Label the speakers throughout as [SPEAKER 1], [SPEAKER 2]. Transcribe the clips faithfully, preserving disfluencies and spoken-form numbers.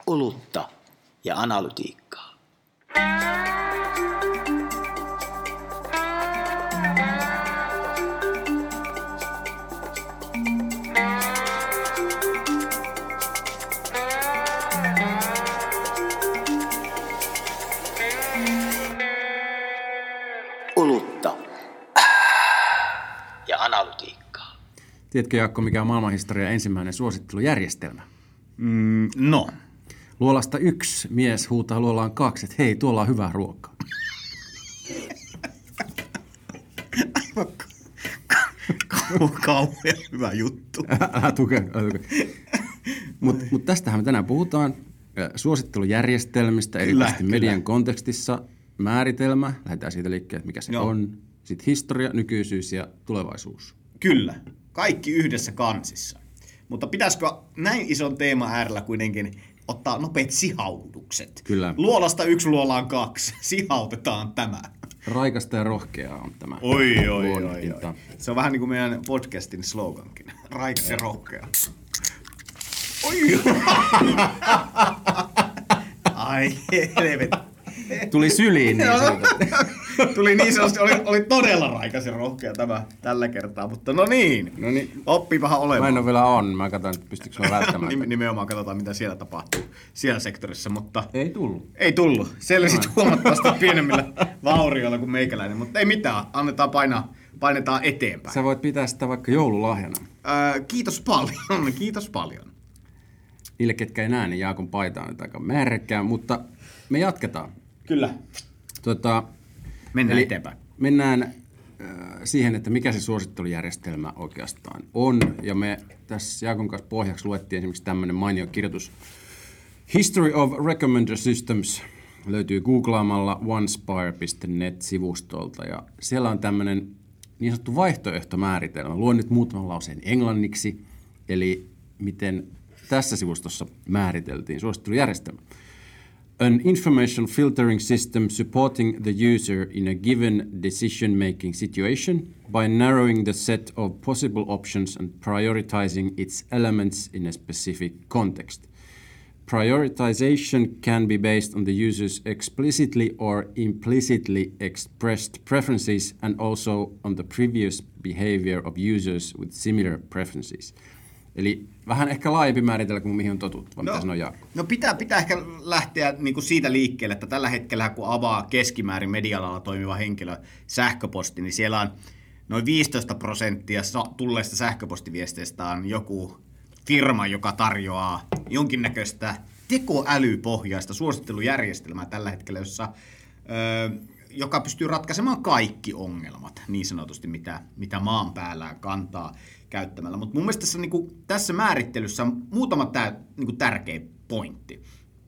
[SPEAKER 1] olutta ja analytiikkaa. Olutta ja analytiikkaa.
[SPEAKER 2] Tiedätkö, Jaakko, mikä on maailmanhistorian ensimmäinen suosittelujärjestelmä?
[SPEAKER 3] Mm, no.
[SPEAKER 2] Luolasta yksi mies huutaa luolaan kaksi, että hei, tuolla on hyvää ruokaa.
[SPEAKER 3] Kauhean hyvä juttu.
[SPEAKER 2] Älä tuke, älä tuke. Mutta mut tästähän me tänään puhutaan suosittelujärjestelmistä, erityisesti median kontekstissa. Määritelmä, lähdetään siitä liikkeelle, että mikä se Joo. on. Sitten historia, nykyisyys ja tulevaisuus.
[SPEAKER 3] Kyllä, kaikki yhdessä kansissa. Mutta pitäisikö näin ison teeman äärellä kuitenkin ottaa nopeat sihautukset?
[SPEAKER 2] Kyllä.
[SPEAKER 3] Luolasta yksi, luolaan kaksi. Sihautetaan tämä.
[SPEAKER 2] Raikasta ja rohkeaa on tämä.
[SPEAKER 3] Oi, oi, oi, oi. Se on vähän niin kuin meidän podcastin slogankin. Raikas ja rohkea. Oi. Ai helvetti.
[SPEAKER 2] Tuli syliin niin sanotusti.
[SPEAKER 3] Tuli niin sanotusti, oli, oli todella raikas ja rohkea tämä tällä kertaa, mutta no niin,
[SPEAKER 2] no niin.
[SPEAKER 3] Oppipahan olemaan.
[SPEAKER 2] Mä en ole vielä on, mä katson, että pystyykö mä välttämään.
[SPEAKER 3] Nimenomaan katsotaan, mitä siellä tapahtuu, siellä sektorissa, mutta...
[SPEAKER 2] Ei tullut.
[SPEAKER 3] Ei tullut, selvisit huomattavasti pienemmillä vaurioilla kuin meikäläinen, mutta ei mitään, annetaan painaa, painetaan eteenpäin.
[SPEAKER 2] Sä voit pitää sitä vaikka joululahjana.
[SPEAKER 3] Öö, kiitos paljon, kiitos paljon.
[SPEAKER 2] Niille, ketkä ei näe, niin Jaakon paita on nyt aika märkää, mutta me jatketaan.
[SPEAKER 3] Kyllä.
[SPEAKER 2] Tuota,
[SPEAKER 3] mennään eteenpäin.
[SPEAKER 2] Mennään äh, siihen, että mikä se suosittelujärjestelmä oikeastaan on. Ja me tässä Jaakon kanssa pohjaksi luettiin esimerkiksi tämmöinen mainio kirjoitus. History of Recommender Systems löytyy googlaamalla onespire piste net-sivustolta. Ja siellä on tämmöinen niin sanottu vaihtoehtomääritelmä. Luen nyt muutaman lauseen englanniksi, eli miten tässä sivustossa määriteltiin suosittelujärjestelmä. An information filtering system supporting the user in a given decision-making situation by narrowing the set of possible options and prioritizing its elements in a specific context. Prioritization can be based on the user's explicitly or implicitly expressed preferences and also on the previous behavior of users with similar preferences. Eli vähän ehkä laajempi määritellä kuin mihin on totuttu,
[SPEAKER 3] no,
[SPEAKER 2] mitä sanoo Jaakko.
[SPEAKER 3] No pitää, pitää ehkä lähteä niin kuin siitä liikkeelle, että tällä hetkellä kun avaa keskimäärin media-alalla toimiva henkilö sähköposti, niin siellä on noin viisitoista prosenttia tulleista sähköpostiviesteistä on joku firma, joka tarjoaa jonkinnäköistä tekoälypohjaista suosittelujärjestelmää tällä hetkellä, jossa, ö, joka pystyy ratkaisemaan kaikki ongelmat, niin sanotusti, mitä, mitä maan päällä kantaa käyttämällä. Mutta mun mielestä tässä, niin kuin, tässä määrittelyssä on muutama tää, niin kuin tärkeä pointti.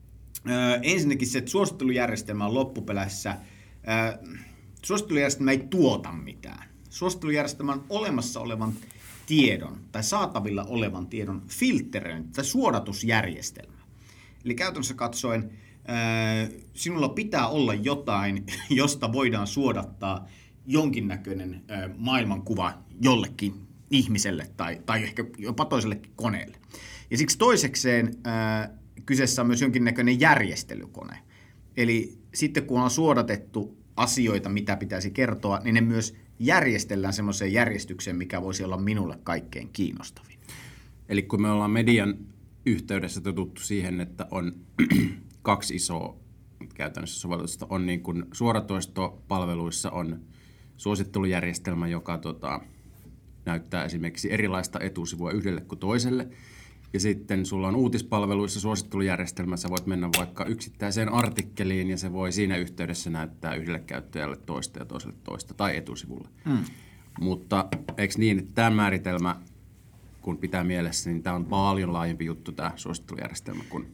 [SPEAKER 3] Öö, ensinnäkin se, että suosittelujärjestelmä on loppupeleissä, öö, suosittelujärjestelmä ei tuota mitään. Suosittelujärjestelmä on olemassa olevan tiedon tai saatavilla olevan tiedon filtteröinti tai suodatusjärjestelmä. Eli käytännössä katsoen öö, sinulla pitää olla jotain, josta voidaan suodattaa jonkinnäköinen öö, maailmankuva jollekin ihmiselle tai, tai ehkä jopa toisellekin koneelle. Ja siksi toisekseen ää, kyseessä on myös jonkinnäköinen järjestelykone. Eli sitten kun on suodatettu asioita, mitä pitäisi kertoa, niin ne myös järjestellään semmoiseen järjestykseen, mikä voisi olla minulle kaikkein kiinnostavin.
[SPEAKER 2] Eli kun me ollaan median yhteydessä totuttu siihen, että on kaksi isoa käytännössä sovellusta, on niin kuin suoratoistopalveluissa on suosittelujärjestelmä, joka tota, näyttää esimerkiksi erilaista etusivua yhdelle kuin toiselle. Ja sitten sulla on uutispalveluissa suosittelujärjestelmä, sä voit mennä vaikka yksittäiseen artikkeliin ja se voi siinä yhteydessä näyttää yhdelle käyttäjälle toista ja toiselle toista tai etusivulle. Mm. Mutta eikö niin, että tämä määritelmä, kun pitää mielessä, niin tämä on paljon laajempi juttu tämä suosittelujärjestelmä kuin...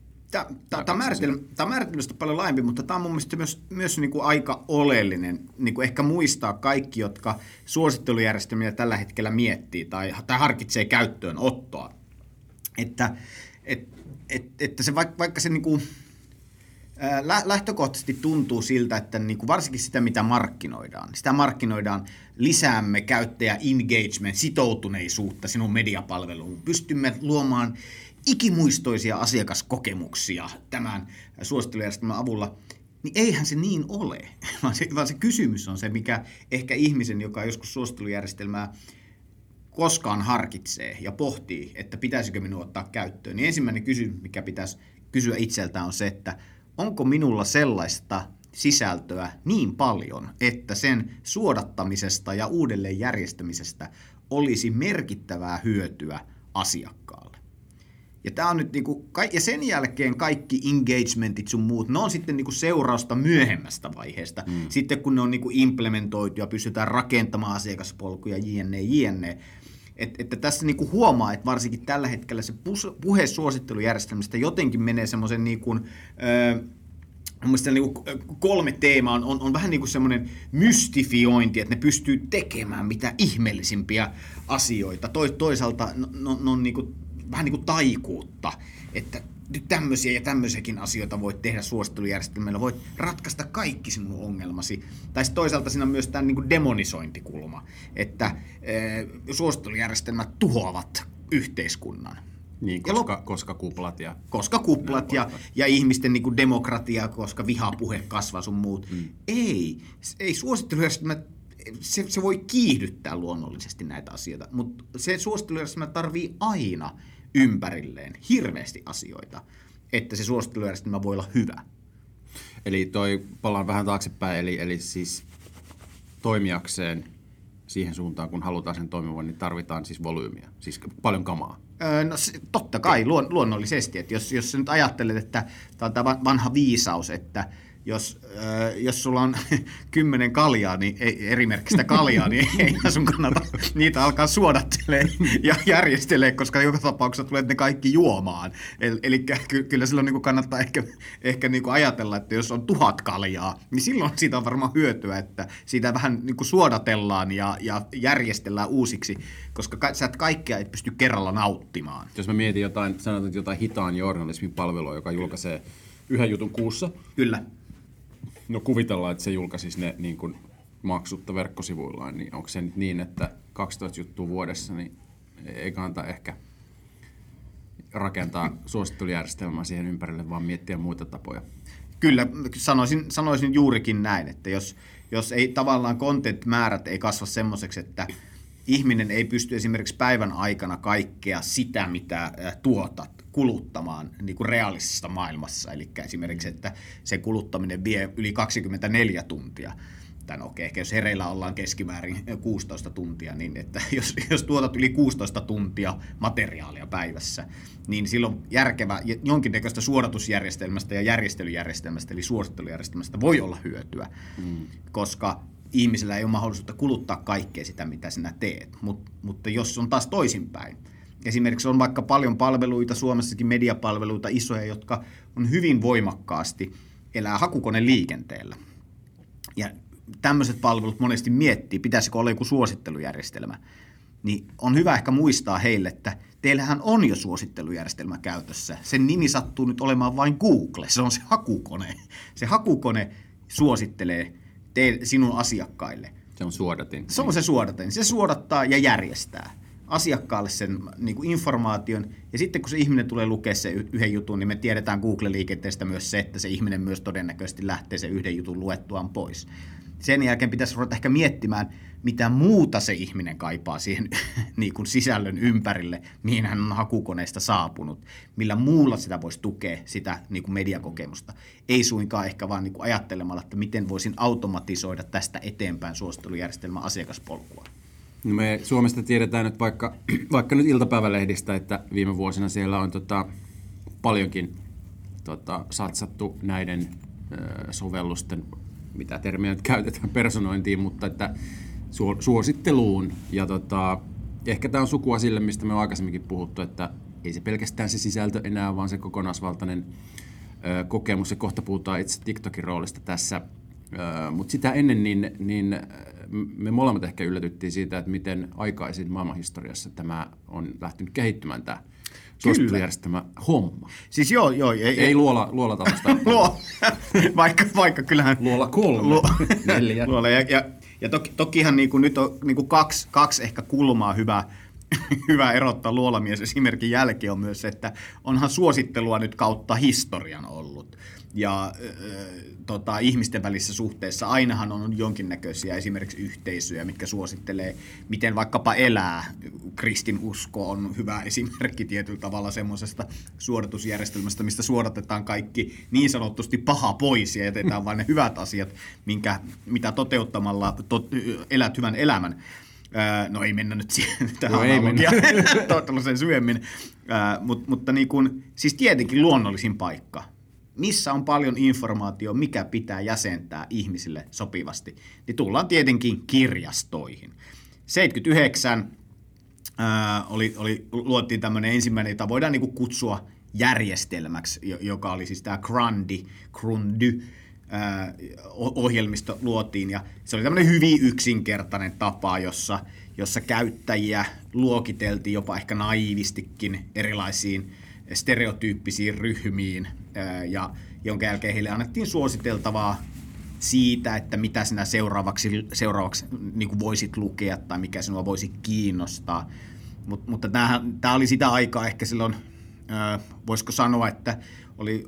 [SPEAKER 3] Tämä määritelmä on paljon laajempi, mutta tämä on mun mielestä myös, myös niin kuin aika oleellinen. Niin kuin ehkä muistaa kaikki, jotka suosittelujärjestelmiä tällä hetkellä miettii tai, tai harkitsee käyttöönottoa. Että, et, et, että se vaikka, vaikka se niin kuin, ää, lähtökohtaisesti tuntuu siltä, että niin kuin varsinkin sitä, mitä markkinoidaan, sitä markkinoidaan, lisäämme käyttäjä engagement, sitoutuneisuutta sinun mediapalveluun, pystymme luomaan ikimuistoisia asiakaskokemuksia tämän suosittelujärjestelmän avulla, niin eihän se niin ole, vaan se, vaan se kysymys on se, mikä ehkä ihmisen, joka joskus suosittelujärjestelmää koskaan harkitsee ja pohtii, että pitäisikö minun ottaa käyttöön, niin ensimmäinen kysymys, mikä pitäisi kysyä itseltään on se, että onko minulla sellaista sisältöä niin paljon, että sen suodattamisesta ja uudelleen järjestämisestä olisi merkittävää hyötyä asiakkaalle. Ja, tää on nyt niinku, ja sen jälkeen kaikki engagementit sun muut, ne on sitten niinku seurausta myöhemmästä vaiheesta. Mm. Sitten kun ne on niinku implementoitu ja pystytään rakentamaan asiakaspolkuja, jne, jne. Et, että tässä niinku huomaa, että varsinkin tällä hetkellä se puhe suosittelujärjestelmästä jotenkin menee semmoisen niinku, öö, mielestäni niinku kolme teemaa on, on, on vähän niin kuin semmoinen mystifiointi, että ne pystyy tekemään mitä ihmeellisimpiä asioita. Toi, toisaalta no, no, no, niin kuin, vähän niin kuin taikuutta, että nyt tämmöisiä ja tämmöisiäkin asioita voit tehdä suosittelujärjestelmällä, voit ratkaista kaikki sinun ongelmasi. Tai toisaalta siinä on myös tämä niin kuin demonisointikulma, että e, suosittelujärjestelmät tuhoavat yhteiskunnan.
[SPEAKER 2] Niin, koska, lop- koska kuplat ja...
[SPEAKER 3] Koska kuplat ja, ja ihmisten niin kuin demokratia, koska vihapuhe kasvaa sun muut. Mm. Ei, ei suosittelujärjestelmä, se, se voi kiihdyttää luonnollisesti näitä asioita, mutta se suosittelujärjestelmä tarvii aina ympärilleen hirveästi asioita, että se suosittelujärjestelmä voi olla hyvä.
[SPEAKER 2] Eli toi, palaan vähän taaksepäin, eli, eli siis toimijakseen siihen suuntaan, kun halutaan sen toimivan, niin tarvitaan siis volyymiä, siis paljon kamaa.
[SPEAKER 3] Öö, no totta kai, luon, luonnollisesti, että jos, jos sä nyt ajattelet, että tämä on tämä vanha viisaus, että jos, äh, jos sulla on kymmenen kaljaa, niin ei, erimerkkistä kaljaa, niin ei sun kannata niitä alkaa suodattelemaan ja järjestelee, koska joka tapauksessa tulee ne kaikki juomaan. Eli, eli ky, kyllä silloin niin kannattaa ehkä, ehkä niin ajatella, että jos on tuhat kaljaa, niin silloin siitä on varmaan hyötyä, että siitä vähän niin suodatellaan ja, ja järjestellään uusiksi, koska ka, sä et kaikkea et pysty kerralla nauttimaan.
[SPEAKER 2] Jos mä mietin jotain, sanotaan jotain hitaan journalismin palvelua, joka julkaisee yhden jutun kuussa.
[SPEAKER 3] Kyllä.
[SPEAKER 2] No kuvitellaan, että se julkaisisi ne niin kuin maksutta verkkosivuillaan, niin onko se nyt niin, että kaksitoista juttua vuodessa, niin ei kannata ehkä rakentaa suosittelujärjestelmää siihen ympärille, vaan miettiä muita tapoja?
[SPEAKER 3] Kyllä, sanoisin, sanoisin juurikin näin, että jos, jos ei tavallaan content-määrät ei kasva semmoiseksi, että ihminen ei pysty esimerkiksi päivän aikana kaikkea sitä, mitä tuotat, kuluttamaan niin kuin reaalisessa maailmassa. Eli esimerkiksi, että se kuluttaminen vie yli kaksikymmentäneljä tuntia. Tai no okei, ehkä jos hereillä ollaan keskimäärin kuusitoista tuntia, niin että jos, jos tuotat yli kuusitoista tuntia materiaalia päivässä, niin silloin järkevä jonkinnäköistä suodatusjärjestelmästä ja järjestelyjärjestelmästä, eli suosittelujärjestelmästä voi olla hyötyä, mm. koska ihmisellä ei ole mahdollisuutta kuluttaa kaikkea sitä, mitä sinä teet. Mut, mutta jos on taas toisinpäin, esimerkiksi on vaikka paljon palveluita, Suomessakin mediapalveluita isoja, jotka on hyvin voimakkaasti elää hakukoneen liikenteellä. Ja tämmöiset palvelut monesti miettii, pitäisikö olla joku suosittelujärjestelmä. Niin on hyvä ehkä muistaa heille, että teillähän on jo suosittelujärjestelmä käytössä. Sen nimi sattuu nyt olemaan vain Google, se on se hakukone. Se hakukone suosittelee te, sinun asiakkaille.
[SPEAKER 2] Se on suodatin.
[SPEAKER 3] Se on se suodatin. Se suodattaa ja järjestää asiakkaalle sen niin kuin informaation, ja sitten kun se ihminen tulee lukea se yhden jutun, niin me tiedetään Google-liikenteestä myös se, että se ihminen myös todennäköisesti lähtee sen yhden jutun luettuaan pois. Sen jälkeen pitäisi ruveta ehkä miettimään, mitä muuta se ihminen kaipaa siihen niin kuin sisällön ympärille, mihin hän on hakukoneesta saapunut, millä muulla sitä voisi tukea sitä niin kuin mediakokemusta. Ei suinkaan ehkä vaan niin kuin ajattelemalla, että miten voisin automatisoida tästä eteenpäin suosittelujärjestelmän asiakaspolkua.
[SPEAKER 2] No me Suomesta tiedetään nyt vaikka, vaikka nyt iltapäivälehdistä, että viime vuosina siellä on tota, paljonkin tota, satsattu näiden ö, sovellusten, mitä termiä nyt käytetään, personointiin, mutta että su, suositteluun. Ja tota, ehkä tämä on sukua sille, mistä me on aikaisemminkin puhuttu, että ei se pelkästään se sisältö enää, vaan se kokonaisvaltainen ö, kokemus. Ja kohta puhutaan itse TikTokin roolista tässä. Ö, mutta sitä ennen niin, niin me molemmat ehkä yllätyttiin siitä, että miten aikaisin maailmanhistoriassa tämä on lähtenyt kehittymään tämä suosittelujärjestelmä homma.
[SPEAKER 3] Siis joo, joo. Ei,
[SPEAKER 2] ei, ei luola, luolatalosta.
[SPEAKER 3] Luo, vaikka, vaikka kyllähän...
[SPEAKER 2] Luola kolme, Luo, neljä.
[SPEAKER 3] Luola, ja, ja, ja toki, tokihan niin kuin nyt on niin kuin kaksi, kaksi ehkä kulmaa hyvä hyvä erottaa luolamies esimerkin jälkeen on myös se, että onhan suosittelua nyt kautta historian ollut. Ja äh, tota, ihmisten välissä suhteessa ainahan on jonkinnäköisiä esimerkiksi yhteisöjä, mitkä suosittelee, miten vaikkapa elää. Kristinusko on hyvä esimerkki tietyllä tavalla semmoisesta suodatusjärjestelmästä, mistä suodatetaan kaikki niin sanotusti paha pois ja jätetään vain ne hyvät asiat, minkä, mitä toteuttamalla tot, elät hyvän elämän. Äh, no ei mennä nyt siihen tähän no, analogiaan toivottavasti syvemmin, äh, Mut, mutta niin kun, siis tietenkin luonnollisin paikka. Missä on paljon informaatiota, mikä pitää jäsentää ihmisille sopivasti, niin tullaan tietenkin kirjastoihin. seitsemänkymmentäyhdeksän ää, oli, oli, luotiin tämmöinen ensimmäinen, jota voidaan niin kuin kutsua järjestelmäksi, joka oli siis tämä Grundy, Grundy ää, ohjelmisto luotiin. Ja se oli tämmöinen hyvin yksinkertainen tapa, jossa, jossa käyttäjiä luokiteltiin jopa ehkä naivistikin erilaisiin stereotyyppisiin ryhmiin, ja jonka jälkeen heille annettiin suositeltavaa siitä, että mitä sinä seuraavaksi, seuraavaksi niin kuin voisit lukea tai mikä sinua voisi kiinnostaa. Mut, mutta tämä oli sitä aikaa ehkä silloin, voisiko sanoa, että oli,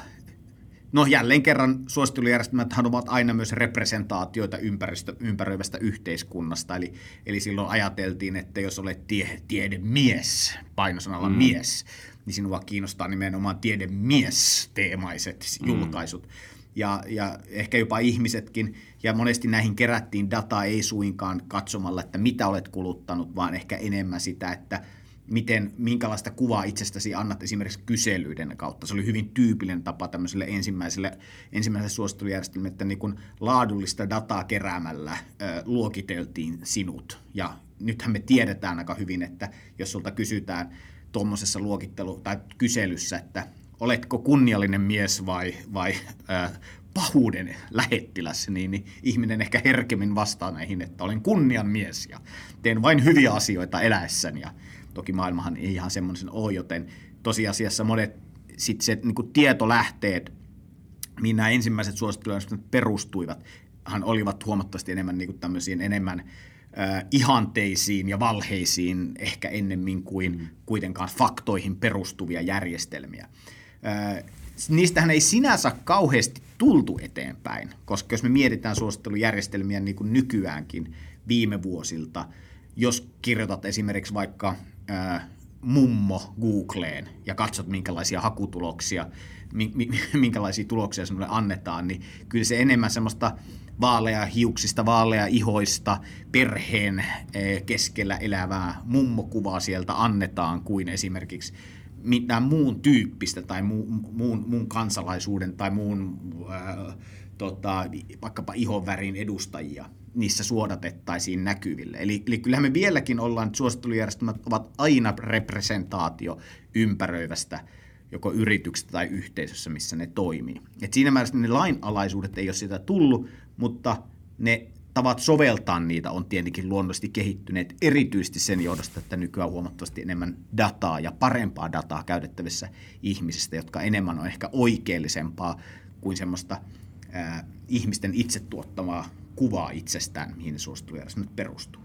[SPEAKER 3] no jälleen kerran suosittelujärjestelmäthän ovat aina myös representaatioita ympäröivästä yhteiskunnasta, eli, eli silloin ajateltiin, että jos olet tie, tiedemies, painosanalla mm. mies, niin sinua kiinnostaa nimenomaan tiedemies-teemaiset julkaisut. Mm. Ja, ja ehkä jopa ihmisetkin, ja monesti näihin kerättiin dataa ei suinkaan katsomalla, että mitä olet kuluttanut, vaan ehkä enemmän sitä, että miten, minkälaista kuvaa itsestäsi annat esimerkiksi kyselyiden kautta. Se oli hyvin tyypillinen tapa tämmöiselle ensimmäiselle, ensimmäiselle suosittelujärjestelmälle, että niin kuin laadullista dataa keräämällä ö, luokiteltiin sinut. Ja nythän me tiedetään aika hyvin, että jos sulta kysytään tuommoisessa luokittelu- tai kyselyssä, että oletko kunniallinen mies vai, vai äh, pahuuden lähettiläs, niin, niin ihminen ehkä herkemmin vastaa näihin, että olen kunnian mies ja teen vain hyviä asioita eläessäni. Ja toki maailmahan ei ihan semmoisen ole, joten tosiasiassa monet sit se, niin kuin tietolähteet, mihin nämä ensimmäiset suosittelujärjestelmät perustuivat, hän olivat huomattavasti enemmän niin kuin tämmöisiin enemmän Äh, ihanteisiin ja valheisiin ehkä ennemmin kuin mm. kuitenkaan faktoihin perustuvia järjestelmiä. Äh, niistähän ei sinänsä kauheasti tultu eteenpäin, koska jos me mietitään suosittelujärjestelmiä niin kuin nykyäänkin viime vuosilta, jos kirjoitat esimerkiksi vaikka äh, mummo Googleen ja katsot minkälaisia hakutuloksia, minkälaisia tuloksia sinulle annetaan, niin kyllä se enemmän semmoista vaalea hiuksista, vaalea ihoista, perheen keskellä elävää mummokuvaa sieltä annetaan kuin esimerkiksi mitään muun tyyppistä tai muun, muun, muun kansalaisuuden tai muun äh, tota, vaikkapa ihonvärin edustajia niissä suodatettaisiin näkyville. Eli, eli kyllähän me vieläkin ollaan, että suosittelujärjestelmät ovat aina representaatio ympäröivästä joko yrityksestä tai yhteisössä, missä ne toimii. Et siinä määrässä ne lainalaisuudet ei ole sitä tullut, mutta ne tavat soveltaa niitä on tietenkin luonnollisesti kehittyneet erityisesti sen johdosta, että nykyään huomattavasti enemmän dataa ja parempaa dataa käytettävissä ihmisistä, jotka enemmän on ehkä oikeellisempaa kuin semmoista ää, ihmisten itse tuottamaa kuvaa itsestään, mihin ne suosittelujärjestelmät perustuu.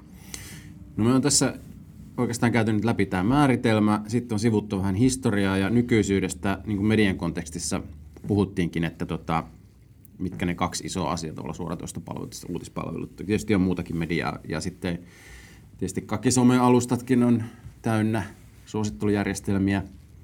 [SPEAKER 2] No me on tässä oikeastaan käyty nyt läpi tämä määritelmä, sitten on sivuttu vähän historiaa ja nykyisyydestä, niin kuin median kontekstissa puhuttiinkin, että tota, mitkä ne kaksi isoa asiaa tuolla suoratoistopalvelut ja uutispalvelut. Tietysti on muutakin mediaa ja sitten tietysti kaikki some-alustatkin on täynnä suosittelujärjestelmiä.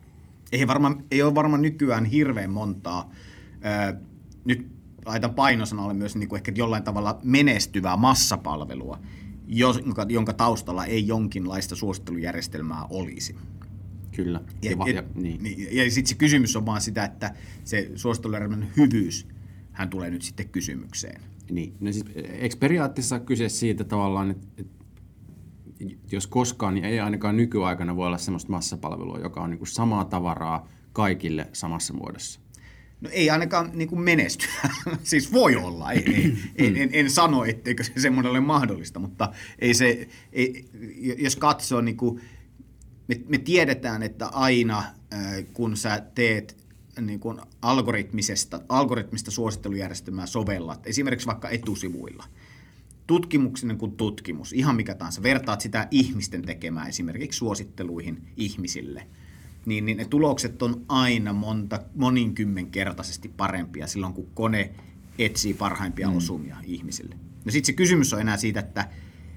[SPEAKER 3] Ei, varmaan, ei ole varmaan nykyään hirveän montaa. Ö, nyt laitan painosanalle myös niin kuin ehkä jollain tavalla menestyvää massapalvelua, jonka, jonka taustalla ei jonkinlaista suosittelujärjestelmää olisi.
[SPEAKER 2] Kyllä.
[SPEAKER 3] Ja,
[SPEAKER 2] ja,
[SPEAKER 3] ja,
[SPEAKER 2] ja, niin.
[SPEAKER 3] ja, ja sitten se kysymys on vaan sitä, että se suosittelujärjestelmän hyvyys, hän tulee nyt sitten kysymykseen.
[SPEAKER 2] Niin. No siis, eikö periaatteessa kyse siitä tavallaan, että, että jos koskaan, niin ei ainakaan nykyaikana voi olla sellaista massapalvelua, joka on niin kuin samaa tavaraa kaikille samassa muodossa?
[SPEAKER 3] No ei ainakaan niin kuin menestyä. Siis voi olla. Ei, ei, en, en, en sano, etteikö se semmoinen ole mahdollista, mutta ei se, ei, jos katsoo, niin kuin, me, me tiedetään, että aina kun sä teet niin kuin algoritmisesta, algoritmista suosittelujärjestelmää sovellat, esimerkiksi vaikka etusivuilla, tutkimuksinen kuin tutkimus, ihan mikä tahansa, vertaat sitä ihmisten tekemään esimerkiksi suositteluihin ihmisille, niin, niin ne tulokset on aina monta, moninkymmenkertaisesti parempia silloin, kun kone etsii parhaimpia mm. osumia ihmisille. No sitten se kysymys on enää siitä, että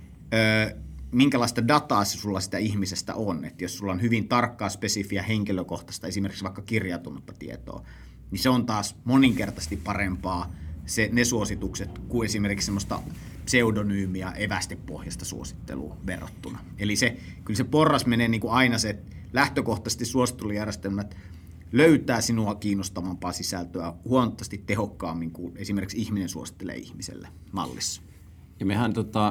[SPEAKER 3] ö, minkälaista dataa sulla sitä ihmisestä on. Että jos sulla on hyvin tarkkaa, spesifiä, henkilökohtaista, esimerkiksi vaikka kirjautunutta tietoa, niin se on taas moninkertaisesti parempaa se, ne suositukset kuin esimerkiksi semmoista pseudonyymiä evästepohjasta suosittelua verrattuna. Eli se, kyllä se porras menee niin kuin aina se, lähtökohtaisesti suosittelujärjestelmät löytää sinua kiinnostavampaa sisältöä huomattavasti tehokkaammin kuin esimerkiksi ihminen suosittelee ihmiselle mallissa.
[SPEAKER 2] Ja mehän tota,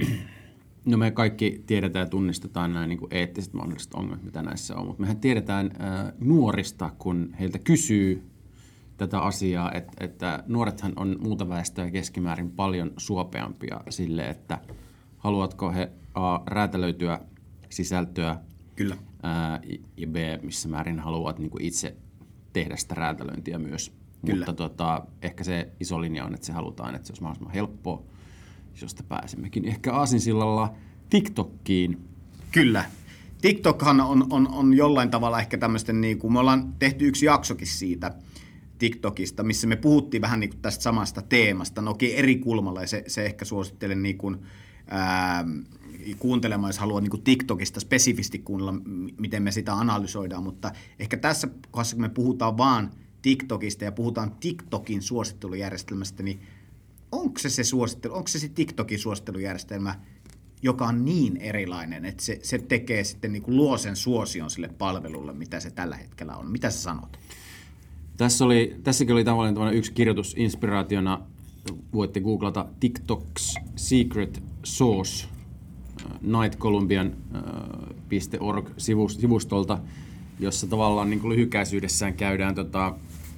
[SPEAKER 2] no me kaikki tiedetään ja tunnistetaan nämä niin kuin eettiset mahdolliset ongelmat, mitä näissä on, mutta mehän tiedetään ää, nuorista, kun heiltä kysyy tätä asiaa, että, että nuorethan on muuta väestöä keskimäärin paljon suopeampia sille, että haluatko he a, räätälöityä sisältöä,
[SPEAKER 3] Kyllä.
[SPEAKER 2] Ää, ja b, missä määrin haluat niin kuin itse tehdä sitä räätälöintiä myös.
[SPEAKER 3] Kyllä.
[SPEAKER 2] Mutta tota, ehkä se iso linja on, että se halutaan, että se olisi mahdollisimman helppoa, josta pääsemmekin ehkä aasinsillalla TikTokkiin.
[SPEAKER 3] Kyllä. TikTokhan on, on, on jollain tavalla ehkä tämmöisten, niin kuin, me ollaan tehty yksi jaksokin siitä TikTokista, missä me puhuttiin vähän niin kuin tästä samasta teemasta, no okei eri kulmalla, ja se, se ehkä suosittelen niin kuin, ää, kuuntelemaan, jos haluaa niin kuin TikTokista spesifisti kuunnella, miten me sitä analysoidaan, mutta ehkä tässä kohdassa, kun me puhutaan vaan TikTokista ja puhutaan TikTokin suosittelujärjestelmästä, niin onko se se suosittelu, onko se se TikTokin suosittelujärjestelmä, joka on niin erilainen, että se, se tekee sitten niin kuin luo sen suosion sille palvelulle, mitä se tällä hetkellä on. Mitä sä sanot?
[SPEAKER 2] Tässä oli, tässäkin oli tavallaan yksi kirjoitus inspiraationa. Voitte googlata TikTok's Secret Sauce night columbian piste org-sivustolta, jossa tavallaan niin kuin lyhykäisyydessään käydään, tota,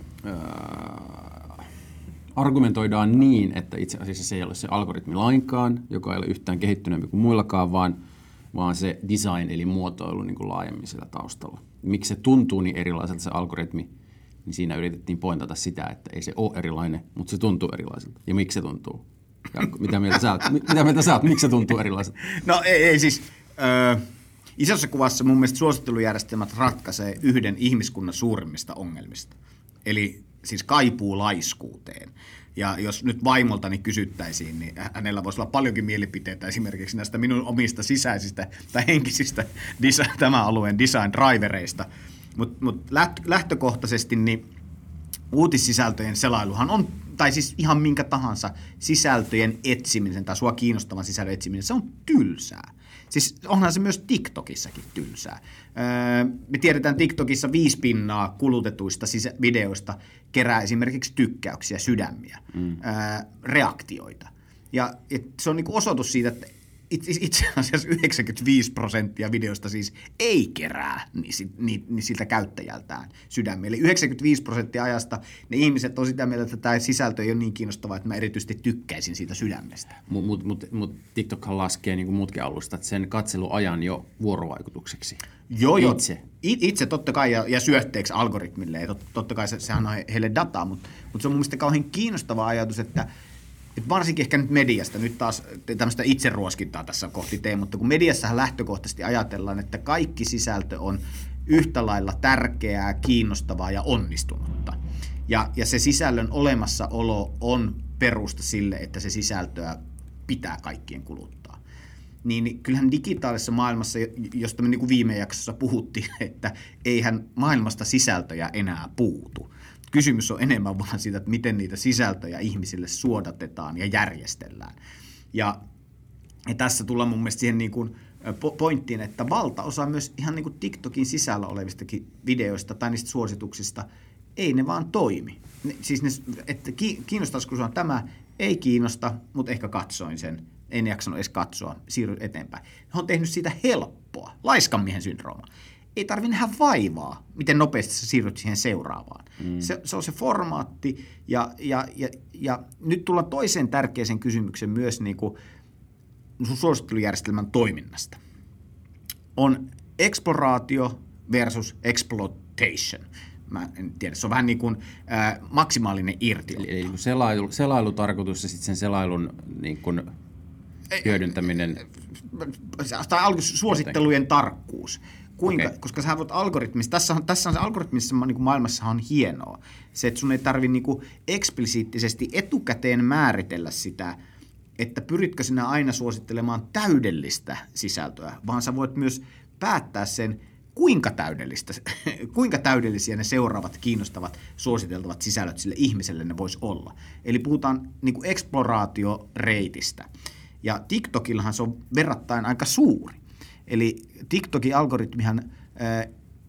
[SPEAKER 2] ää, argumentoidaan niin, että itse asiassa se ei ole se algoritmi lainkaan, joka ei ole yhtään kehittyneempi kuin muillakaan, vaan, vaan se design eli muotoilu niin kuin laajemmin sillä taustalla. Miksi se tuntuu niin erilaiselta se algoritmi, niin siinä yritettiin pointata sitä, että ei se ole erilainen, mutta se tuntuu erilaiselta. Ja miksi se tuntuu? Ja mitä mieltä sä oot? Mitä mieltä sä oot? Miksi se tuntuu erilaiselta?
[SPEAKER 3] No ei, ei siis... Öö, isossa kuvassa mun mielestä suosittelujärjestelmät ratkaisee yhden ihmiskunnan suurimmista ongelmista. Eli siis kaipuu laiskuuteen. Ja jos nyt vaimoltani kysyttäisiin, niin hänellä voisi olla paljonkin mielipiteitä esimerkiksi näistä minun omista sisäisistä tai henkisistä design, tämän alueen design-drivereista. Mutta mut lähtökohtaisesti niin uutissisältöjen selailuhan on, tai siis ihan minkä tahansa sisältöjen etsiminen tai sua kiinnostavan sisällön etsiminen, se on tylsää. Siis onhan se myös TikTokissakin tylsää. Öö, me tiedetään TikTokissa viisi pinnaa kulutetuista sisä- videoista kerää esimerkiksi tykkäyksiä, sydämiä, mm. öö, reaktioita. Ja se on niinku osoitus siitä, että itse asiassa yhdeksänkymmentäviisi prosenttia videosta siis ei kerää niin, niin, niin siltä käyttäjältään sydämiä. Eli yhdeksänkymmentäviisi prosenttia ajasta ne ihmiset on sitä mieltä, että tämä sisältö ei ole niin kiinnostavaa, että mä erityisesti tykkäisin siitä sydämestä.
[SPEAKER 2] Mutta mut, mut, mut TikTokhan laskee niin kuin muutkin alustat sen katseluajan jo vuorovaikutukseksi.
[SPEAKER 3] Joo, joo.
[SPEAKER 2] Itse.
[SPEAKER 3] Itse totta kai ja, ja syötteeksi algoritmille. Ja tot, totta kai se, sehän on heille dataa, mutta, mutta se on mun mielestä kauhean kiinnostava ajatus, että Et varsinkin ehkä nyt mediasta, nyt taas tämmöistä itseruoskintaa tässä kohti teen, mutta kun mediassahan lähtökohtaisesti ajatellaan, että kaikki sisältö on yhtä lailla tärkeää, kiinnostavaa ja onnistunutta. Ja, ja se sisällön olemassaolo on perusta sille, että se sisältöä pitää kaikkien kuluttaa. Niin kyllähän digitaalisessa maailmassa, josta me niin kuin viime jaksossa puhuttiin, että eihän maailmasta sisältöjä enää puutu. Kysymys on enemmän vaan siitä, että miten niitä sisältöjä ihmisille suodatetaan ja järjestellään. Ja, ja tässä tullaan mun mielestä siihen niin kuin pointtiin, että valtaosa myös ihan niin kuin TikTokin sisällä olevistakin videoista tai niistä suosituksista, ei ne vaan toimi. Ne, siis ne, että kiinnostaisiko sinua tämä, ei kiinnosta, mutta ehkä katsoin sen. En jaksanut edes katsoa, siirry eteenpäin. Ne on tehnyt siitä helppoa, laiskanmiehen syndrooma. Ei tarvitse nähdä vaivaa, miten nopeasti sä siirryt siihen seuraavaan. Mm. Se, se on se formaatti, ja, ja, ja, ja nyt tullaan toiseen tärkeäseen kysymykseen myös niin kuin sun suosittelujärjestelmän toiminnasta. On exploraatio versus exploitation. Mä en tiedä, se on vähän niin kuin äh, maksimaalinen irti.
[SPEAKER 2] Eli, eli selailu, selailutarkoitus ja sitten sen selailun niin kuin hyödyntäminen.
[SPEAKER 3] Tai suosittelujen tarkkuus. Kuinka,
[SPEAKER 2] okay.
[SPEAKER 3] Koska sä voit algoritmissa, tässä on, tässä on se algoritmissa niin maailmassa on hienoa. Se, että sun ei tarvitse niin eksplisiittisesti etukäteen määritellä sitä, että pyritkö sinä aina suosittelemaan täydellistä sisältöä, vaan sä voit myös päättää sen, kuinka täydellistä, kuinka täydellisiä ne seuraavat kiinnostavat suositeltavat sisällöt sille ihmiselle ne vois olla. Eli puhutaan niin kuin eksploraatioreitistä. Ja TikTokillahan se on verrattain aika suuri. Eli TikTokin algoritmihan äh,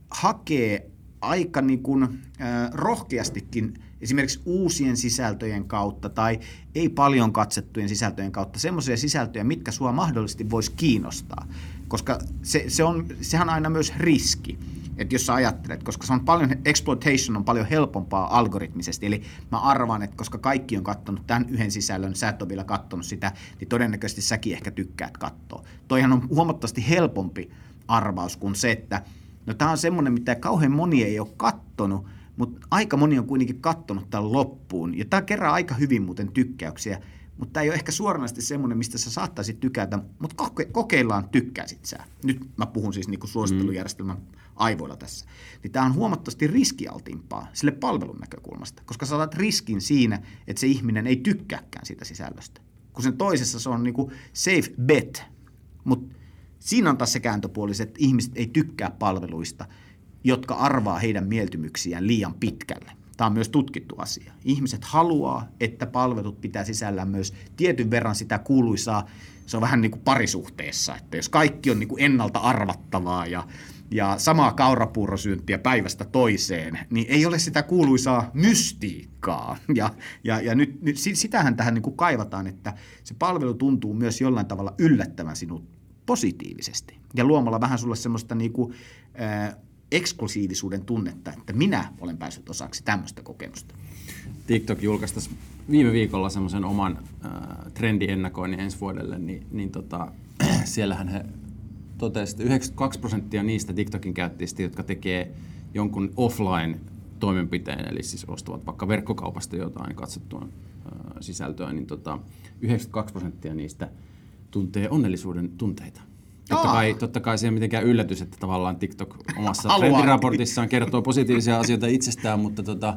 [SPEAKER 3] hakee aika niin kuin, äh, rohkeastikin esimerkiksi uusien sisältöjen kautta tai ei paljon katsettujen sisältöjen kautta semmoisia sisältöjä, mitkä sua mahdollisesti voisi kiinnostaa. Koska se, se on, sehän on aina myös riski, että jos sä ajattelet, koska se on paljon, exploitation on paljon helpompaa algoritmisesti, eli mä arvaan, että koska kaikki on katsonut tämän yhden sisällön, sä et ole vielä katsonut sitä, niin todennäköisesti säkin ehkä tykkäät katsoa. Toihan on huomattavasti helpompi arvaus kuin se, että no tää on semmoinen, mitä kauhean moni ei ole kattonut, mutta aika moni on kuitenkin kattonut tämän loppuun, ja tämä kerää aika hyvin muuten tykkäyksiä, mutta tämä ei ole ehkä suoranaisesti semmoinen, mistä sä saattaisit tykätä, mutta koke- kokeillaan tykkäisit sä. Nyt mä puhun siis niinku suosittelujärjestelmän aivoilla tässä. Niin tämä on huomattavasti riskialtimpaa sille palvelun näkökulmasta, koska sä otat riskin siinä, että se ihminen ei tykkääkään siitä sisällöstä. Kun sen toisessa se on niinku safe bet, mutta siinä on taas se kääntöpuoli, että ihmiset ei tykkää palveluista, jotka arvaa heidän mieltymyksiään liian pitkälle. Tämä on myös tutkittu asia. Ihmiset haluaa, että palvelut pitää sisällään myös tietyn verran sitä kuuluisaa, se on vähän niin kuin parisuhteessa, että jos kaikki on niin kuin ennalta arvattavaa ja, ja samaa kaurapuurosyöntiä päivästä toiseen, niin ei ole sitä kuuluisaa mystiikkaa. Ja, ja, ja nyt, nyt sitähän tähän niin kuin kaivataan, että se palvelu tuntuu myös jollain tavalla yllättävän sinut positiivisesti ja luomalla vähän sulle semmoista niin kuin, äh, eksklusiivisuuden tunnetta, että minä olen päässyt osaksi tämmöistä kokemusta.
[SPEAKER 2] TikTok julkaisi viime viikolla semmoisen oman äh, trendiennakoinnin ensi vuodelle, niin, niin tota, siellähän he totesivat, että yhdeksänkymmentäkaksi prosenttia niistä TikTokin käyttäjistä, jotka tekee jonkun offline-toimenpiteen, eli siis ostavat vaikka verkkokaupasta jotain katsottua äh, sisältöä, niin tota, yhdeksänkymmentäkaksi prosenttia niistä tuntee onnellisuuden tunteita. Totta kai, totta kai se ei ole mitenkään yllätys, että tavallaan TikTok omassa trendiraportissaan kertoo positiivisia asioita itsestään, mutta tota,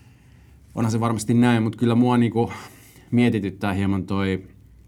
[SPEAKER 2] onhan se varmasti näin, mutta kyllä mua niinku mietityttää hieman toi,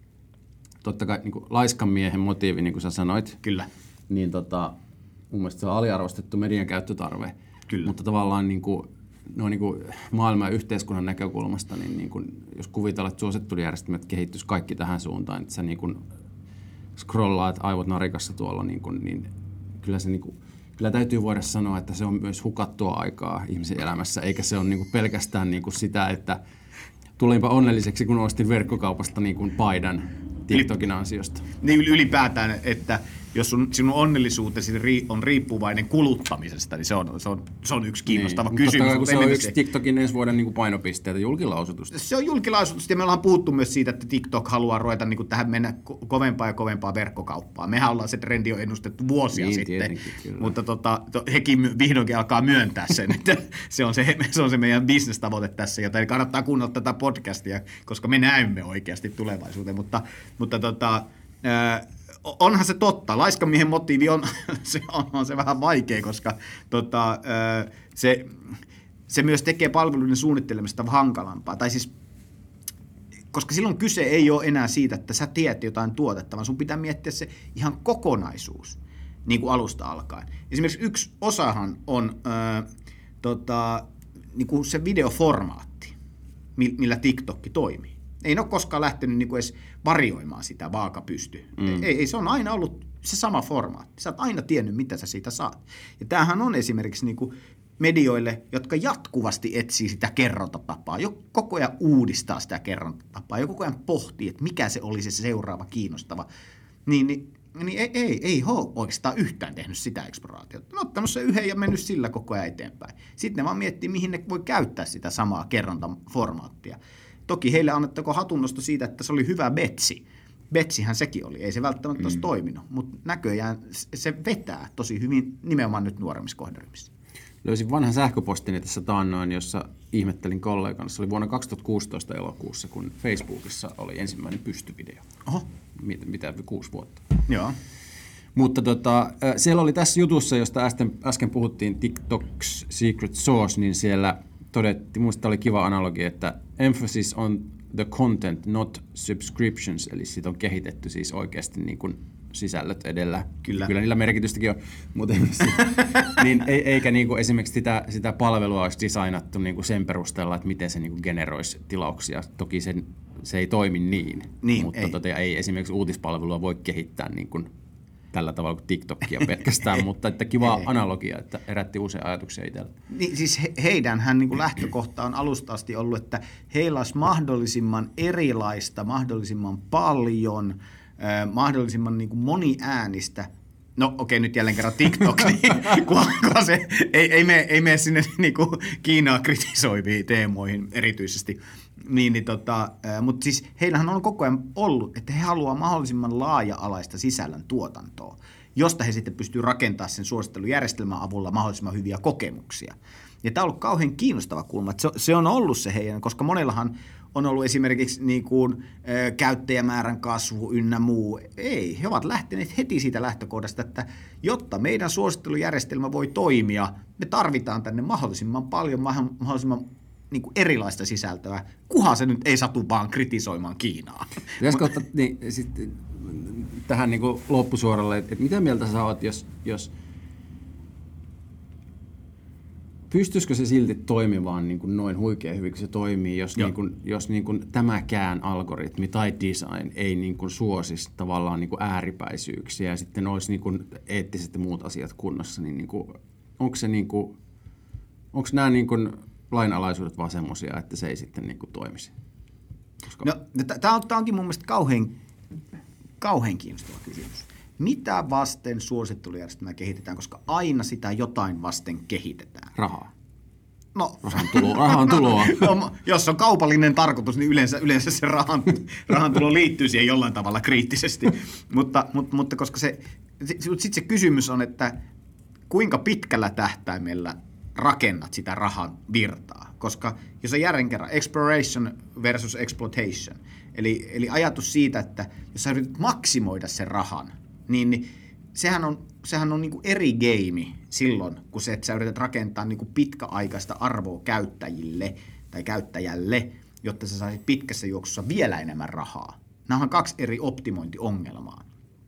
[SPEAKER 2] totta kai niinku laiskan miehen motiivi, niin kuin sä sanoit.
[SPEAKER 3] Kyllä.
[SPEAKER 2] Niin tota, mun mielestä se on aliarvostettu median käyttötarve.
[SPEAKER 3] Kyllä.
[SPEAKER 2] Mutta tavallaan niinku, no niinku maailman ja yhteiskunnan näkökulmasta, niin niinku, jos kuvitellaan, että suosittelujärjestelmät kehittyisi kaikki tähän suuntaan, että sä niinku scrollaat aivot narikassa tuolla, niin, kun, niin kyllä, se, niin kun, kyllä täytyy voida sanoa, että se on myös hukattua aikaa ihmisen elämässä, eikä se ole niin kun pelkästään niin kun sitä, että tulinpa onnelliseksi, kun ostin verkkokaupasta niin kun paidan TikTokin ansiosta.
[SPEAKER 3] Niin ylipäätään, että jos sun, sinun onnellisuutesi on riippuvainen kuluttamisesta, niin se on, se on, se on yksi kiinnostava
[SPEAKER 2] niin,
[SPEAKER 3] kysymys.
[SPEAKER 2] Mutta se on yksi TikTokin ensi vuoden niin kuin painopisteitä, julkilausutusta.
[SPEAKER 3] Se on julkilausutusta, ja me ollaan puhuttu myös siitä, että TikTok haluaa ruveta niin kuin tähän mennä kovempaa ja kovempaa verkkokauppaa. Mehän ollaan se trendi on ennustettu vuosia niin, sitten, mutta tota, to, hekin vihdoinkin alkaa myöntää sen, että se on se, se, on se meidän bisnestavoite tässä, joten kannattaa kuunnella tätä podcastia, koska me näemme oikeasti tulevaisuuteen, mutta, mutta tota, ää, onhan se totta. Laiskamiehen motiivi on se, on, on se vähän vaikea, koska tota, se, se myös tekee palveluiden suunnittelemista hankalampaa. Tai siis, koska silloin kyse ei ole enää siitä, että sä tiedät jotain tuotetta, vaan sun pitää miettiä se ihan kokonaisuus niin kuin alusta alkaen. Esimerkiksi yksi osahan on ää, tota, niin kuin se videoformaatti, millä TikTok toimii. Ei ne ole koskaan lähtenyt niin kuin edes varioimaan sitä vaakapysty. Mm. Ei, ei, se on aina ollut se sama formaatti. Sä oot aina tiennyt, mitä sä siitä saat. Ja tämähän on esimerkiksi niin kuin medioille, jotka jatkuvasti etsii sitä kerrontatapaa, jo koko ajan uudistaa sitä kerrontatapaa, jo koko ajan pohtii, että mikä se olisi se seuraava kiinnostava. Niin, niin, niin ei, ei, ei ole oikeastaan yhtään tehnyt sitä eksploraatiota. Ne on ottanut se yhden ja mennyt sillä koko ajan eteenpäin. Sitten ne vaan miettii, mihin ne voi käyttää sitä samaa kerrontaformaattia. Toki heille annettako hatunnosto siitä, että se oli hyvä betsi. Betsihän sekin oli, ei se välttämättä mm. olisi toiminut, mutta näköjään se vetää tosi hyvin nimenomaan nyt nuoremmissa kohderyhmissä.
[SPEAKER 2] löysin vanhan sähköpostini tässä taannoin, jossa ihmettelin kollegan. Se oli vuonna kaksituhattakuusitoista elokuussa, kun Facebookissa oli ensimmäinen pystyvideo.
[SPEAKER 3] Oho.
[SPEAKER 2] Mitä, mitä kuusi vuotta.
[SPEAKER 3] Joo.
[SPEAKER 2] Mutta tota, siellä oli tässä jutussa, josta äsken, äsken puhuttiin, TikTok's Secret Sauce, niin siellä todettiin, minusta oli kiva analogia, että emphasis on the content, not subscriptions, eli siitä on kehitetty siis oikeasti niin kuin sisällöt edellä.
[SPEAKER 3] Kyllä.
[SPEAKER 2] Kyllä niillä merkitystäkin on, mutta niin, eikä niin kuin esimerkiksi sitä, sitä palvelua olisi designattu niin kuin sen perusteella, että miten se niin kuin generoisi tilauksia. Toki sen, se ei toimi niin,
[SPEAKER 3] niin
[SPEAKER 2] mutta
[SPEAKER 3] ei.
[SPEAKER 2] Tota, ei esimerkiksi uutispalvelua voi kehittää niin kuin tällä tavalla kuin TikTokia pelkästään, mutta että kiva analogia, että herätti uusia ajatuksia itsellä.
[SPEAKER 3] Niin, siis he, heidänhän niin kuin lähtökohta on alusta asti ollut, että heillä olisi mahdollisimman erilaista, mahdollisimman paljon, äh, mahdollisimman niin kuin moniäänistä. No okei, nyt jälleen kerran TikTok, niin kun, kun se ei, ei, mene, ei mene sinne niin kuin Kiinaa kritisoiviin teemoihin erityisesti. Niin, niin tota, mutta siis heillähän on koko ajan ollut, että he haluaa mahdollisimman laaja-alaista sisällön tuotantoa, josta he sitten pystyy rakentamaan sen suosittelujärjestelmän avulla mahdollisimman hyviä kokemuksia. Ja tämä on ollut kauhean kiinnostava kulma, että se, se on ollut se heidän, koska monellahan on ollut esimerkiksi niin kuin, ä, käyttäjämäärän kasvu ynnä muu. Ei, he ovat lähteneet heti siitä lähtökohdasta, että jotta meidän suosittelujärjestelmä voi toimia, me tarvitaan tänne mahdollisimman paljon, mahdollisimman niin kuin erilaista sisältöä, kunhan se nyt ei satu vaan kritisoimaan Kiinaa.
[SPEAKER 2] Pitäisikö ottaa niin, sit, tähän niin kuin loppusuoralle, että mitä mieltä sä oot, jos, jos pystyisikö se silti toimimaan niin kuin noin huikean hyvin, kun se toimii, jos, niin kuin, jos niin kuin tämäkään algoritmi tai design ei niin kuin suosisi tavallaan niin kuin ääripäisyyksiä ja sitten olisi niin kuin eettiset ja muut asiat kunnossa, niin, niin kuin, onko se niin kuin, onko nämä niin kuin lainalaisuudet vaan semmoisia, että se ei sitten niin kuin toimisi? Koska
[SPEAKER 3] no, tämä on, onkin mun mielestä kauhean, kauhean kiinnostava kysymys. Mitä vasten suosittelujärjestelmää kehitetään, koska aina sitä jotain vasten kehitetään?
[SPEAKER 2] Rahaa.
[SPEAKER 3] No,
[SPEAKER 2] rahan tuloa. Rahan tuloa.
[SPEAKER 3] No, jos on kaupallinen tarkoitus, niin yleensä, yleensä se rahan, rahan tulo liittyy siihen jollain tavalla kriittisesti. mutta, mutta, mutta koska se, sitten se kysymys on, että kuinka pitkällä tähtäimellä rakennat sitä rahan virtaa, koska jos on jälleen kerran exploration versus exploitation, eli, eli ajatus siitä, että jos sä yrität maksimoida sen rahan, niin, niin sehän on, sehän on niin kuin eri game silloin, kun se, että sä yrität rakentaa niin kuin pitkäaikaista arvoa käyttäjille tai käyttäjälle, jotta sä saisit pitkässä juoksussa vielä enemmän rahaa. Nämä on kaksi eri optimointiongelmaa.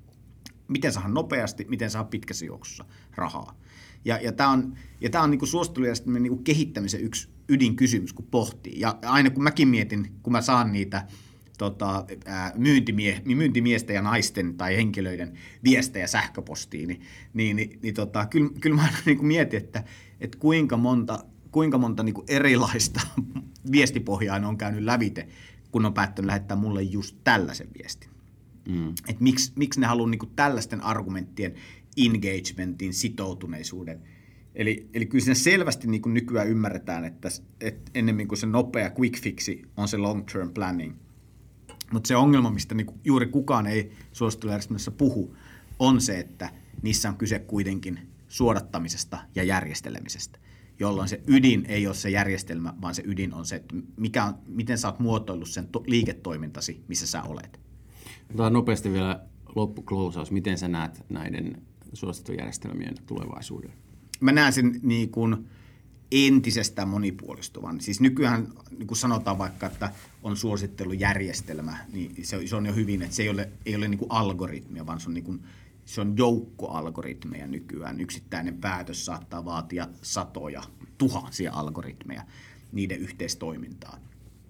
[SPEAKER 3] Miten saada nopeasti, miten saada pitkässä juoksussa rahaa. Ja, ja tämä on, ja tää on niinku suosittelujärjestelmän niinku kehittämisen yksi ydinkysymys, kun pohtii. Ja aina kun mäkin mietin, kun mä saan niitä tota, ää, myyntimie, myyntimiesten ja naisten tai henkilöiden viestejä sähköpostiin, niin, niin, niin, niin tota, kyllä, kyllä mä aina niinku mietin, että, että kuinka monta, kuinka monta niinku erilaista viestipohjaa ne on käynyt lävite, kun on päättänyt lähettää mulle just tällaisen viestin. Mm. Että miksi, miksi ne haluaa niinku tällaisten argumenttien engagementin, sitoutuneisuuden. Eli, eli kyllä siinä selvästi niin kuin nykyään ymmärretään, että, että ennemmin kuin se nopea quick fixi on se long term planning. Mutta se ongelma, mistä niin kuin juuri kukaan ei suosittelujärjestelmässä puhu, on se, että niissä on kyse kuitenkin suodattamisesta ja järjestelemisestä, jolloin se ydin ei ole se järjestelmä, vaan se ydin on se, että mikä on, miten sä oot muotoillut sen to- liiketoimintasi, missä sä olet.
[SPEAKER 2] Otetaan nopeasti vielä loppuklousaus. Miten sä näet näiden suosittelujärjestelmien tulevaisuuden? Mä
[SPEAKER 3] näen sen niin kuin entisestään monipuolistuvan. Siis nykyään, niin kuin sanotaan vaikka, että on suosittelujärjestelmä, niin se, se on jo hyvin, että se ei ole, ei ole niin kuin algoritmia, vaan se on, niin kuin, se on joukko algoritmeja nykyään. Yksittäinen päätös saattaa vaatia satoja, tuhansia algoritmeja niiden yhteistoimintaan.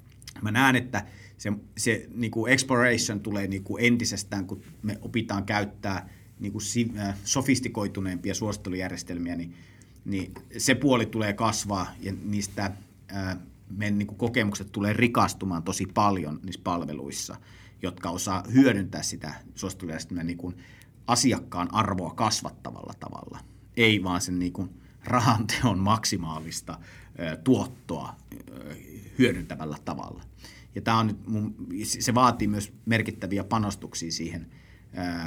[SPEAKER 3] Mä näen, että se, se niin kuin exploration tulee niin kuin entisestään, kun me opitaan käyttää niin kuin sofistikoituneempia suosittelujärjestelmiä, niin, niin se puoli tulee kasvaa ja niistä ää, meidän niin kuin kokemukset tulee rikastumaan tosi paljon niissä palveluissa, jotka osaa hyödyntää sitä suosittelujärjestelmää niin kuin asiakkaan arvoa kasvattavalla tavalla. Ei vaan sen niin kuin rahanteon maksimaalista ää, tuottoa ää, hyödyntävällä tavalla. Ja tämä on nyt mun, se vaatii myös merkittäviä panostuksia siihen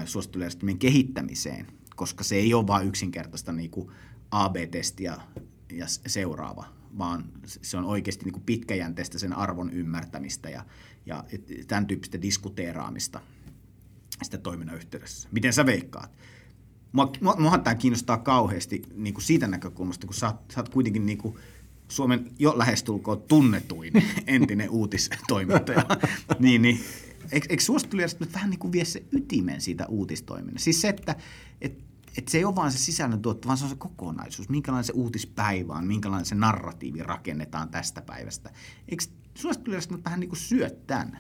[SPEAKER 3] suosittelujärjestelmien kehittämiseen, koska se ei ole vain yksinkertaista niin kuin A B-testiä ja seuraava, vaan se on oikeasti niin kuin pitkäjänteistä sen arvon ymmärtämistä ja, ja tämän tyyppistä diskuteeraamista sitä toiminnan yhteydessä. Miten sä veikkaat? Mua, muahan tämä kiinnostaa kauheasti niin kuin siitä näkökulmasta, kun sä oot, sä oot kuitenkin niin kuin Suomen jo lähestulkoon tunnetuin entinen uutistoimittaja, niin, niin eikö, eikö suosittelujärjestelmät vähän niin kuin vie se ytimen siitä uutistoiminnasta? Siis se, että et, et se ei ole vaan se sisällön tuotto, vaan se on se kokonaisuus, minkälainen se uutispäivä on, minkälainen se narratiivi rakennetaan tästä päivästä. Eikö suosittelujärjestelmät vähän niin kuin syö tämän?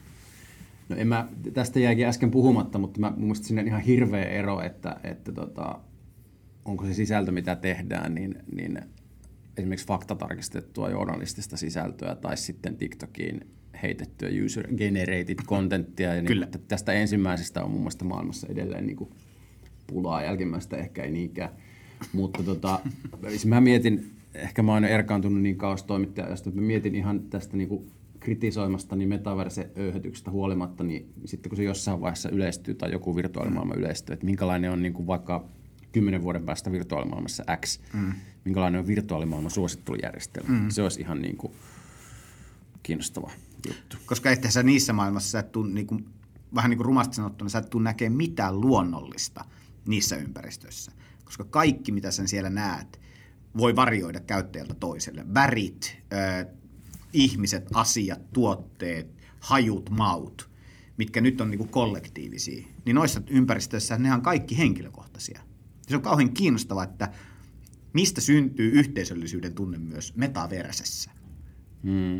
[SPEAKER 2] No en mä, tästä jäikin äsken puhumatta, mutta mä, mun mielestä siinä on ihan hirveä ero, että, että tota, onko se sisältö, mitä tehdään, niin, niin esimerkiksi faktatarkistettua journalistista sisältöä tai sitten TikTokiin heitettyä user-generated contenttia. Ja
[SPEAKER 3] Kyllä.
[SPEAKER 2] Niin, tästä ensimmäisestä on mun mielestä maailmassa edelleen niin kuin pulaa, jälkimmäistä ehkä ei niinkään. Mutta tota, mä mietin, ehkä mä oon erkaantunut niin kauas toimittajasta, että mä mietin ihan tästä niin kuin kritisoimasta niin metaverse-öyhötyksestä huolimatta, niin sitten kun se jossain vaiheessa yleistyy tai joku virtuaalimaailma yleistyy, että minkälainen on niin kuin vaikka kymmenen vuoden päästä virtuaalimaailmassa X, mm. minkälainen on virtuaalimaailman suosittelujärjestelmä. Mm. Se olisi ihan niin kuin kiinnostava juttu.
[SPEAKER 3] Koska ettehän sä niissä maailmassa, sä et tuu, niin kuin, vähän niin kuin rumasti sanottuna, sä et tuu näkemään mitään luonnollista niissä ympäristöissä. Koska kaikki, mitä sen siellä näet, voi varioida käyttäjältä toiselle. Värit, äh, ihmiset, asiat, tuotteet, hajut, maut, mitkä nyt on niin kuin kollektiivisia, niin noissa ympäristöissä ne on kaikki henkilökohtaisia. Se on kauhean kiinnostavaa, että mistä syntyy yhteisöllisyyden tunne myös metaversessä.
[SPEAKER 2] Hmm.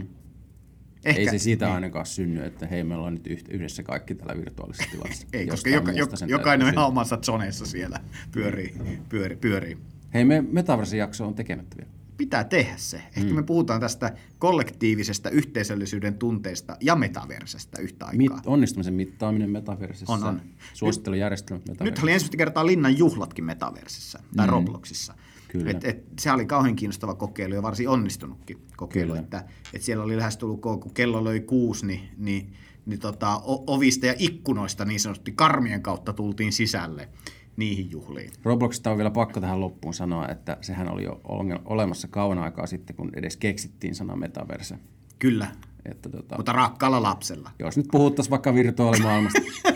[SPEAKER 3] Ehkä,
[SPEAKER 2] ei se siitä
[SPEAKER 3] niin.
[SPEAKER 2] ainakaan synny, että hei, meillä on nyt yhdessä kaikki tällä virtuaalisessa tilassa.
[SPEAKER 3] Ei, koska joka, joka, jokainen on ihan omassa zoneissa siellä pyörii. pyörii, pyörii.
[SPEAKER 2] Hei, me metaverse-jakso on tekemättä vielä.
[SPEAKER 3] Pitää tehdä se. Ehkä hmm. me puhutaan tästä kollektiivisesta yhteisöllisyyden tunteesta ja metaversesta yhtä aikaa.
[SPEAKER 2] Mit, onnistumisen mittaaminen metaversessa.
[SPEAKER 3] On, on.
[SPEAKER 2] Suosittelujärjestelmät metaversessa.
[SPEAKER 3] Nyt oli ensimmäistä kertaa Linnan juhlatkin metaversessa tai mm. Robloxissa.
[SPEAKER 2] Kyllä.
[SPEAKER 3] Et, et, se oli kauhean kiinnostava kokeilu ja varsin onnistunutkin kokeilu. Että, et siellä oli lähestulkoon, kun kello löi kuusi, niin, niin, niin tota, ovista ja ikkunoista niin sanotusti karmien kautta tultiin sisälle niihin juhliin.
[SPEAKER 2] Robloxista on vielä pakko tähän loppuun sanoa, että sehän oli jo olemassa kauan aikaa sitten, kun edes keksittiin sana metaverse.
[SPEAKER 3] Kyllä,
[SPEAKER 2] että, tota,
[SPEAKER 3] mutta rakkaalla lapsella.
[SPEAKER 2] Jos nyt puhuttaisiin vaikka virtuaalimaailmasta.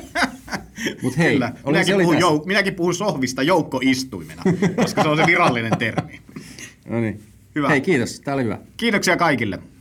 [SPEAKER 2] Mut hei,
[SPEAKER 3] Kyllä, minäkin, puhun jou- minäkin puhun sohvista joukkoistuimena, koska se on se virallinen termi.
[SPEAKER 2] No niin.
[SPEAKER 3] Hyvä.
[SPEAKER 2] Hei, kiitos. Tämä oli hyvä.
[SPEAKER 3] Kiitoksia kaikille.